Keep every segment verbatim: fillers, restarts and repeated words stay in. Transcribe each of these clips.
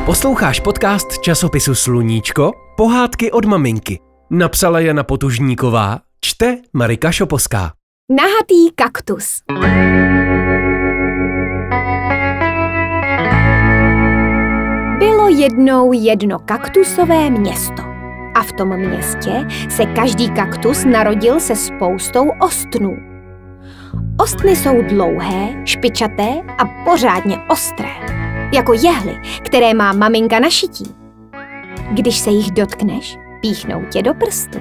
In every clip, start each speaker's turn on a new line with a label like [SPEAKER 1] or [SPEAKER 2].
[SPEAKER 1] Posloucháš podcast časopisu Sluníčko? Pohádky od maminky. Napsala Jana Potužníková, čte Marika Šoposká.
[SPEAKER 2] Nahatý kaktus. Bylo jednou jedno kaktusové město. A v tom městě se každý kaktus narodil se spoustou ostnů. Ostny jsou dlouhé, špičaté a pořádně ostré, jako jehly, které má maminka na šití. Když se jich dotkneš, píchnou tě do prstu.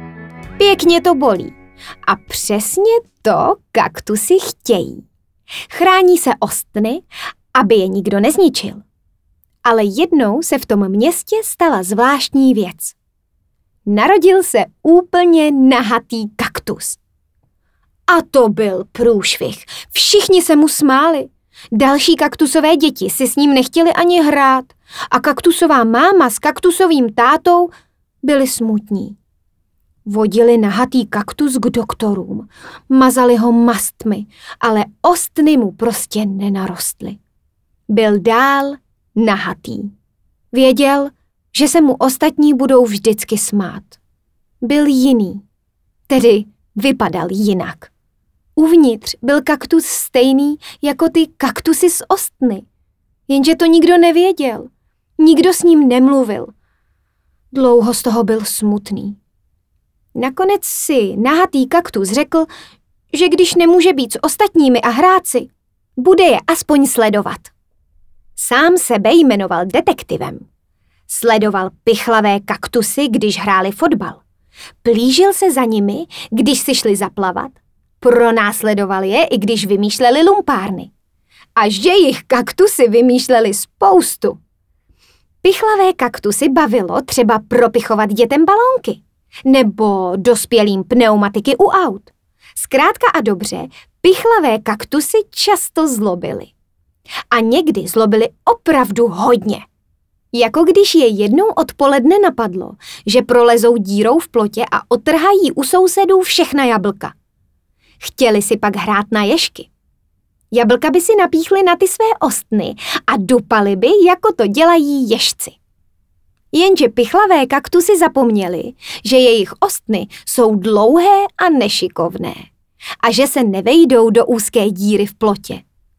[SPEAKER 2] Pěkně to bolí. A přesně to kaktusy chtějí. Chrání se ostny, aby je nikdo nezničil. Ale jednou se v tom městě stala zvláštní věc. Narodil se úplně nahatý kaktus. A to byl průšvih. Všichni se mu smáli. Další kaktusové děti si s ním nechtěli ani hrát. A kaktusová máma s kaktusovým tátou byli smutní. Vodili nahatý kaktus k doktorům. Mazali ho mastmi, ale ostny mu prostě nenarostly. Byl dál nahatý. Věděl, že se mu ostatní budou vždycky smát. Byl jiný, tedy vypadal jinak. Uvnitř byl kaktus stejný jako ty kaktusy z ostny, jenže to nikdo nevěděl. Nikdo s ním nemluvil. Dlouho z toho byl smutný. Nakonec si nahatý kaktus řekl, že když nemůže být s ostatními a hrát si, bude je aspoň sledovat. Sám sebe jmenoval detektivem. Sledoval pichlavé kaktusy, když hráli fotbal. Plížil se za nimi, když si šli zaplavat. Pronásledoval je, i když vymýšleli lumpárny. A že jich kaktusy vymýšleli spoustu. Pichlavé kaktusy bavilo třeba propichovat dětem balónky. Nebo dospělým pneumatiky u aut. Zkrátka a dobře, pichlavé kaktusy často zlobily. A někdy zlobily opravdu hodně. Jako když je jednou odpoledne napadlo, že prolezou dírou v plotě a otrhají u sousedů všechna jablka. Chtěli si pak hrát na ježky. Jablka by si napíchly na ty své ostny a dupaly by, jako to dělají ježci. Jenže pichlavé kaktusy zapomněli, že jejich ostny jsou dlouhé a nešikovné a že se nevejdou do úzké díry v plotě.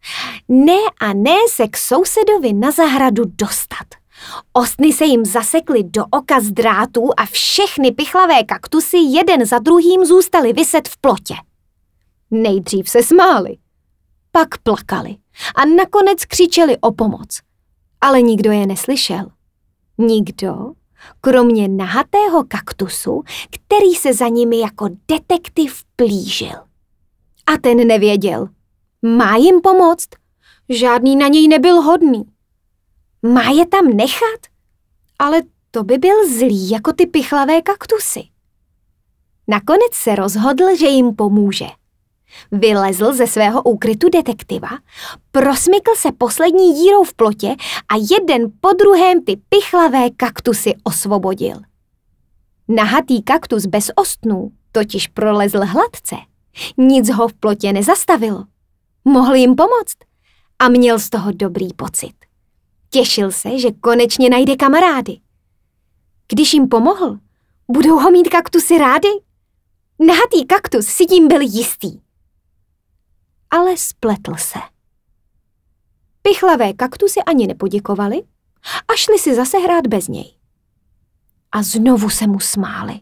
[SPEAKER 2] Ne a ne se k sousedovi na zahradu dostat. Ostny se jim zasekly do oka z drátů a všechny pichlavé kaktusy jeden za druhým zůstaly viset v plotě. Nejdřív se smáli, pak plakali a nakonec křičeli o pomoc, ale nikdo je neslyšel. Nikdo, kromě nahatého kaktusu, který se za nimi jako detektiv plížil. A ten nevěděl. Má jim pomoct? Žádný na něj nebyl hodný. Má je tam nechat? Ale to by byl zlý jako ty pichlavé kaktusy. Nakonec se rozhodl, že jim pomůže. Vylezl ze svého úkrytu detektiva, prosmykl se poslední dírou v plotě a jeden po druhém ty pichlavé kaktusy osvobodil. Nahatý kaktus bez ostnů totiž prolezl hladce. Nic ho v plotě nezastavilo. Mohl jim pomoct a měl z toho dobrý pocit. Těšil se, že konečně najde kamarády. Když jim pomohl, budou ho mít kaktusy rády? Nahatý kaktus si tím byl jistý. Ale spletl se. Pichlavé kaktusy ani nepoděkovali a šli si zase hrát bez něj. A znovu se mu smáli.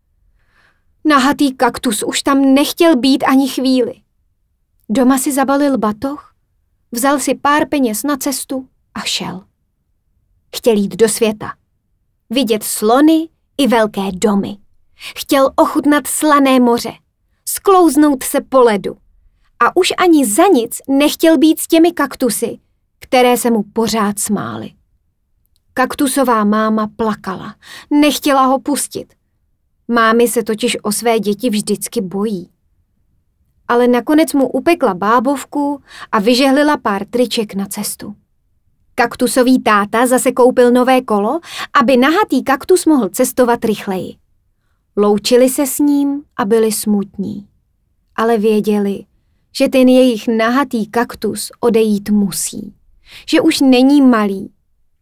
[SPEAKER 2] Nahatý kaktus už tam nechtěl být ani chvíli. Doma si zabalil batoh, vzal si pár peněz na cestu a šel. Chtěl jít do světa, vidět slony i velké domy. Chtěl ochutnat slané moře, sklouznout se po ledu. A už ani za nic nechtěl být s těmi kaktusy, které se mu pořád smály. Kaktusová máma plakala, nechtěla ho pustit. Mámy se totiž o své děti vždycky bojí. Ale nakonec mu upekla bábovku a vyžehlila pár triček na cestu. Kaktusový táta zase koupil nové kolo, aby nahatý kaktus mohl cestovat rychleji. Loučili se s ním a byli smutní. Ale věděli, že ten jejich nahatý kaktus odejít musí. Že už není malý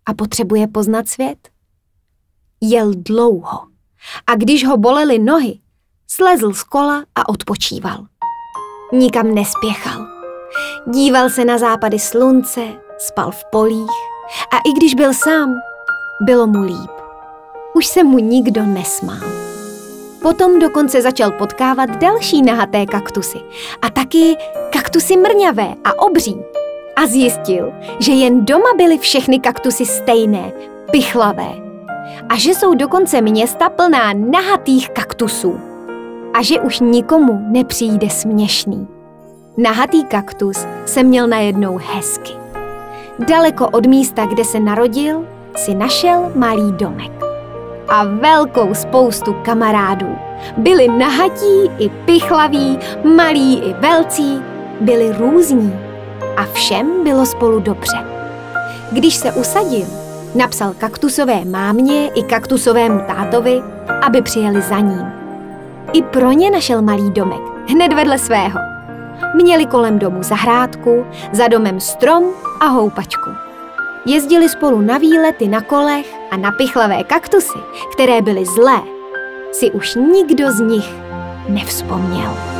[SPEAKER 2] a potřebuje poznat svět. Jel dlouho a když ho bolely nohy, slezl z kola a odpočíval. Nikam nespěchal. Díval se na západy slunce, spal v polích a i když byl sám, bylo mu líp. Už se mu nikdo nesmál. Potom dokonce začal potkávat další nahaté kaktusy a taky kaktusy mrňavé a obří. A zjistil, že jen doma byly všechny kaktusy stejné, pichlavé. A že jsou dokonce města plná nahatých kaktusů. A že už nikomu nepřijde směšný. Nahatý kaktus se měl najednou hezky. Daleko od místa, kde se narodil, si našel malý domek. A velkou spoustu kamarádů. Byli nahatí i pichlaví, malí i velcí, byli různí. A všem bylo spolu dobře. Když se usadil, napsal kaktusové mámě i kaktusovému tátovi, aby přijeli za ním. I pro ně našel malý domek, hned vedle svého. Měli kolem domu zahrádku, za domem strom a houpačku. Jezdili spolu na výlety na kolech a na pichlavé kaktusy, které byly zlé, si už nikdo z nich nevzpomněl.